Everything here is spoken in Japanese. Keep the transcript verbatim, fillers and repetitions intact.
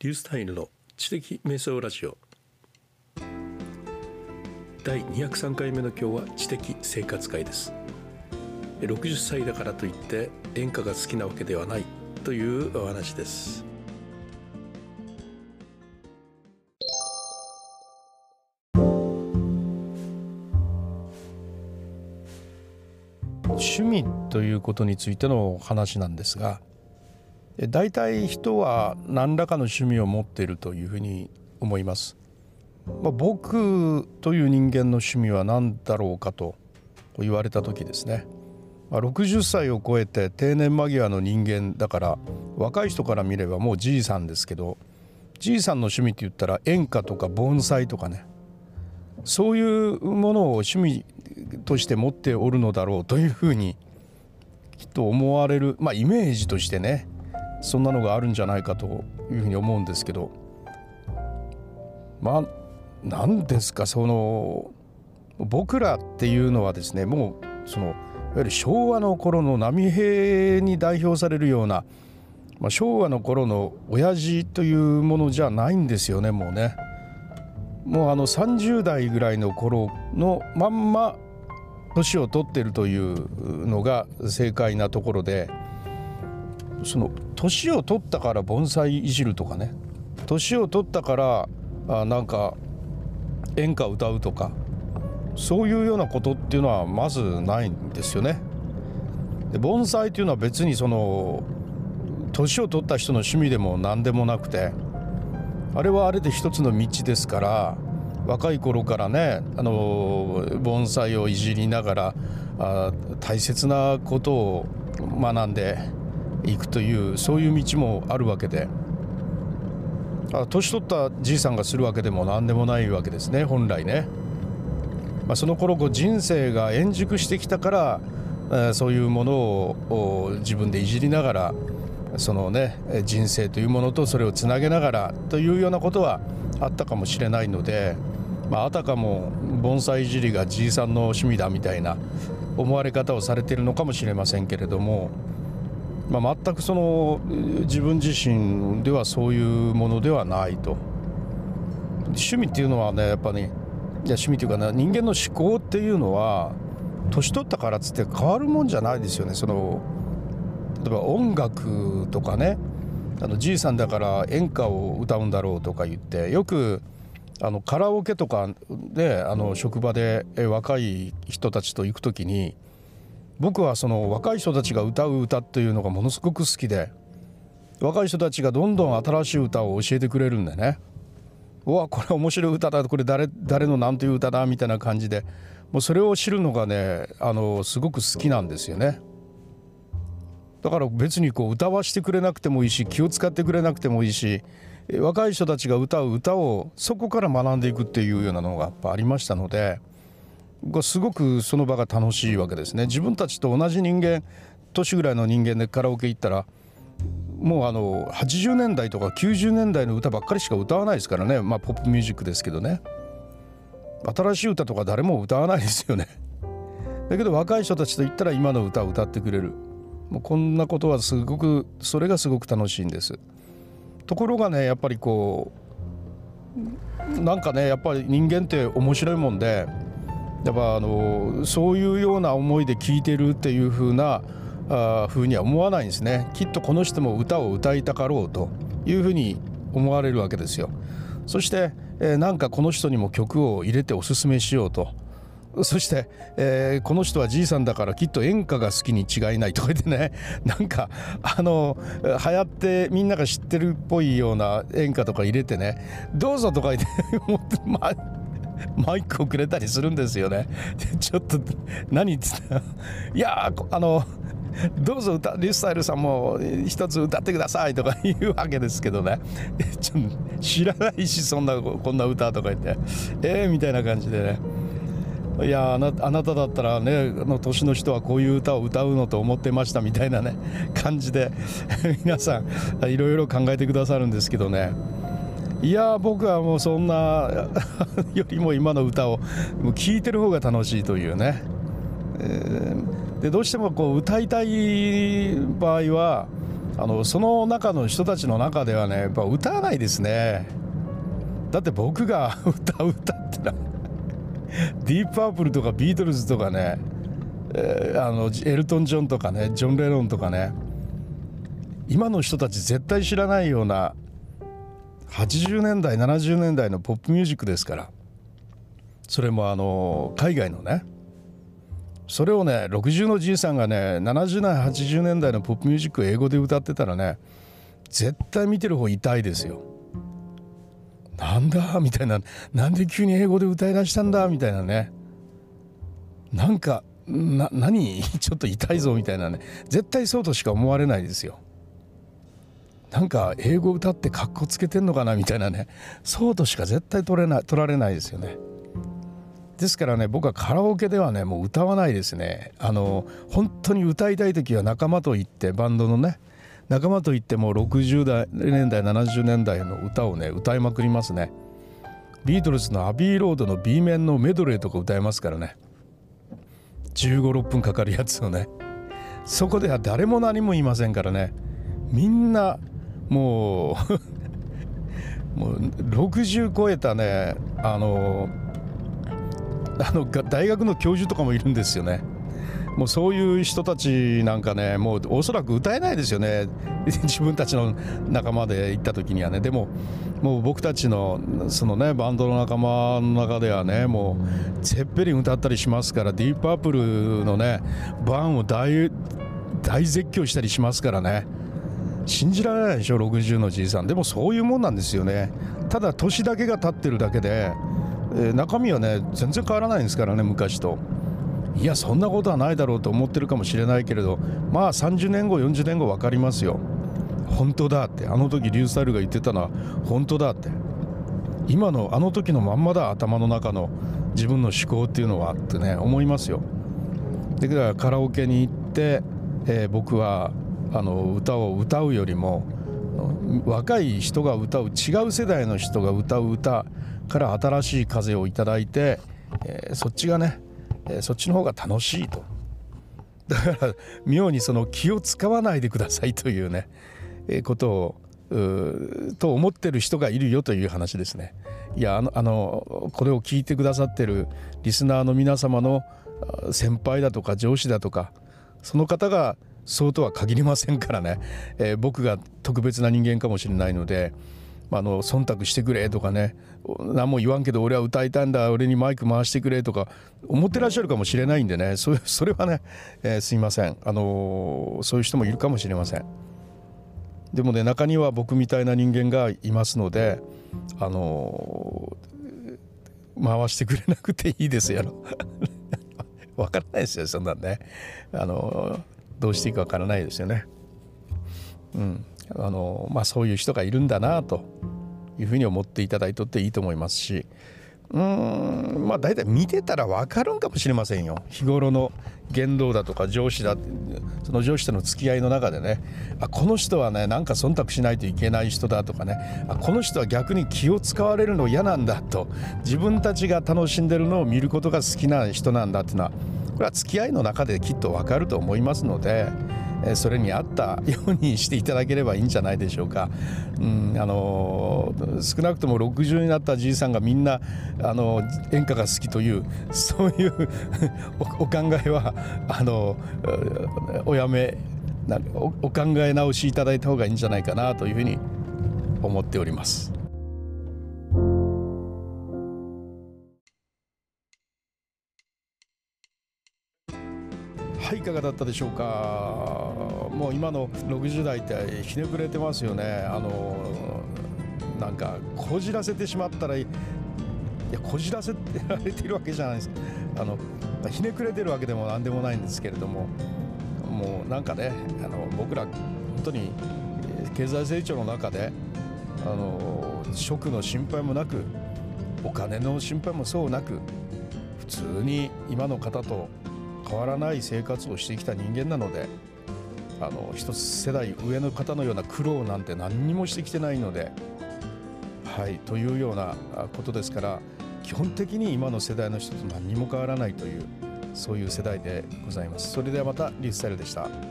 リュースタイルの知的瞑想ラジオだいにひゃくさんかいめの今日は知的生活会です。ろくじゅっさいだからといって演歌が好きなわけではないというお話です。趣味ということについての話なんですが、大体人は何らかの趣味を持っているというふうに思います。まあ、僕という人間の趣味は何だろうかと言われた時ですね、まあ、ろくじゅっさいを超えて定年間際の人間だから若い人から見ればもうじいさんですけど、じいさんの趣味って言ったら演歌とか盆栽とかね、そういうものを趣味として持っておるのだろうというふうにきっと思われる、まあイメージとしてね、そんなのがあるんじゃないかというふうに思うんですけど、まあ何ですか、その僕らっていうのはですね、もうそのいわゆる昭和の頃の波平に代表されるような、まあ、昭和の頃の親父というものじゃないんですよね。もうね、もうあのさんじゅうだいぐらいの頃のまんま年を取っているというのが正解なところで、その年を取ったから盆栽いじるとかね、年を取ったからあなんか演歌歌うとか、そういうようなことっていうのはまずないんですよね。で盆栽っていうのは別にその年を取った人の趣味でも何でもなくて、あれはあれで一つの道ですから、若い頃からね、あの盆栽をいじりながらあ大切なことを学んでいくという、そういう道もあるわけで、あ年取ったじいさんがするわけでも何でもないわけですね、本来ね。まあ、その頃こう人生が円熟してきたから、えー、そういうものを自分でいじりながら、そのね人生というものとそれをつなげながらというようなことはあったかもしれないので、まあ、あたかも盆栽いじりがじいさんの趣味だみたいな思われ方をされているのかもしれませんけれども、まあ、全くその自分自身ではそういうものではないと。趣味っていうのはね、やっぱり、ね、いや趣味というかね、人間の思考っていうのは年取ったからっつって変わるもんじゃないですよね。その例えば音楽とかね、あのじいさんだから演歌を歌うんだろうとか言って、よくあのカラオケとかであの職場で若い人たちと行くときに、僕はその若い人たちが歌う歌っていうのがものすごく好きで、若い人たちがどんどん新しい歌を教えてくれるんでね、うわこれ面白い歌だ、これ 誰, 誰のなんていう歌だみたいな感じで、もうそれを知るのがね、あのすごく好きなんですよね。だから別にこう歌わしてくれなくてもいいし、気を使ってくれなくてもいいし、若い人たちが歌う歌をそこから学んでいくっていうようなのがやっぱありましたので、すごくその場が楽しいわけですね。自分たちと同じ人間、年ぐらいの人間でカラオケ行ったら、もうあのはちじゅうねんだいとかきゅうじゅうねんだいの歌ばっかりしか歌わないですからね。まあポップミュージックですけどね、新しい歌とか誰も歌わないですよね。だけど若い人たちと言ったら今の歌を歌ってくれる。もうこんなことはすごく、それがすごく楽しいんです。ところがね、やっぱりこうなんかね、やっぱり人間って面白いもんで、やっぱあのそういうような思いで聴いてるっていう風なあ風には思わないんですね。きっとこの人も歌を歌いたかろうというふうに思われるわけですよ。そして、えー、なんかこの人にも曲を入れておすすめしようと。そして、えー、この人はじいさんだからきっと演歌が好きに違いないとか言ってね、なんかあの流行ってみんなが知ってるっぽいような演歌とか入れてね、どうぞとか言ってまあマイクをくれたりするんですよね。ちょっと何言ってたいやあのどうぞ歌リュースタイルさんも一つ歌ってくださいとか言うわけですけどね、ちょっと知らないし、そんなこんな歌とか言ってえーみたいな感じでね、いや あ, なあなただったらね、あの年の人はこういう歌を歌うのと思ってましたみたいなね感じで皆さんいろいろ考えてくださるんですけどね、いや僕はもうそんなよりも今の歌を聴いてる方が楽しいというね、えー、でどうしてもこう歌いたい場合はあのその中の人たちの中ではね、やっぱ歌わないですね。だって僕が歌う歌ってのはディープパープルとかビートルズとかね、えー、あのエルトン・ジョンとかね、ジョン・レノンとかね、今の人たち絶対知らないようなはちじゅうねんだいななじゅうねんだいのポップミュージックですから。それもあの海外のね、それをねろくじゅうのじいさんがねななじゅうねんはちじゅうねんだいのポップミュージックを英語で歌ってたらね、絶対見てる方痛いですよ。なんだみたいな、なんで急に英語で歌い出したんだみたいなね、なんかな何ちょっと痛いぞみたいなね、絶対そうとしか思われないですよ。なんか英語歌ってカッコつけてんのかなみたいなね、そうとしか絶対取れない取られないですよね。ですからね、僕はカラオケではねもう歌わないですね。あの本当に歌いたい時は仲間と行って、バンドのね仲間と行ってもろくじゅうねんだいななじゅうねんだいの歌をね歌いまくりますね。ビートルズのアビーロードの B 面のメドレーとか歌いますからね、じゅうご、ろっぷんかかるやつをね。そこでは誰も何も言いませんからね、みんなもうもうろくじゅう超えたね、あのあの大学の教授とかもいるんですよね。もうそういう人たちなんかね、もうおそらく歌えないですよね自分たちの仲間で行った時にはね。でももう僕たちのそのねバンドの仲間の中ではね、もうゼッペリン歌ったりしますから、ディープパープルのねバンを大大絶叫したりしますからね。信じられないでしょ、ろくじゅうのじいさん。でもそういうもんなんですよね。ただ年だけが経ってるだけで、えー、中身はね全然変わらないんですからね、昔と。いやそんなことはないだろうと思ってるかもしれないけれど、まあさんじゅうねんごよんじゅうねんご分かりますよ。本当だって、あの時リュースタイルが言ってたのは本当だって、今のあの時のまんまだ、頭の中の自分の思考っていうのはってね思いますよ。だからカラオケに行って、えー、僕はあの歌を歌うよりも若い人が歌う、違う世代の人が歌う歌から新しい風をいただいて、えー、そっちがね、えー、そっちの方が楽しいと。だから妙にその気を使わないでくださいというね、えー、ことをと思ってる人がいるよという話ですね。いやあのあのこれを聞いてくださってるリスナーの皆様の先輩だとか上司だとか、その方がそうとは限りませんからね、えー、僕が特別な人間かもしれないので、あの忖度してくれとかね、何も言わんけど俺は歌いたいんだ、俺にマイク回してくれとか思ってらっしゃるかもしれないんでね、 そ, それはね、えー、すいません、あのー、そういう人もいるかもしれません。でもね、中には僕みたいな人間がいますので、あのー、回してくれなくていいですよ分からないですよそんなんね、あのー、どうしていいか分からないですよね。うんあのまあ、そういう人がいるんだなというふうに思っていただいとっていいと思いますし、うーんまあ大体見てたら分かるんかもしれませんよ。日頃の言動だとか上司だ、その上司との付き合いの中でね、あこの人はねなんか忖度しないといけない人だとかね、あこの人は逆に気を使われるの嫌なんだと、自分たちが楽しんでるのを見ることが好きな人なんだっていうのは、これは付き合いの中できっと分かると思いますので、それに合ったようにしていただければいいんじゃないでしょうか。うん、あの少なくともろくじゅうになったじいさんがみんなあの演歌が好きというそういうお, お考えはあのおやめお, お考え直しいただいた方がいいんじゃないかなというふうに思っております。はい、いかがだったでしょうか。もう今のろくじゅうだいってひねくれてますよね。あのなんかこじらせてしまったら、いやこじらせられているわけじゃないです。あのひねくれてるわけでもなんでもないんですけれども、もうなんかね、あの僕ら本当に経済成長の中であの食の心配もなく、お金の心配もそうなく、普通に今の方と変わらない生活をしてきた人間なので、あの一つ世代上の方のような苦労なんて何にもしてきてないので、はいというようなことですから、基本的に今の世代の人と何にも変わらないという、そういう世代でございます。それではまたリュースタイルでした。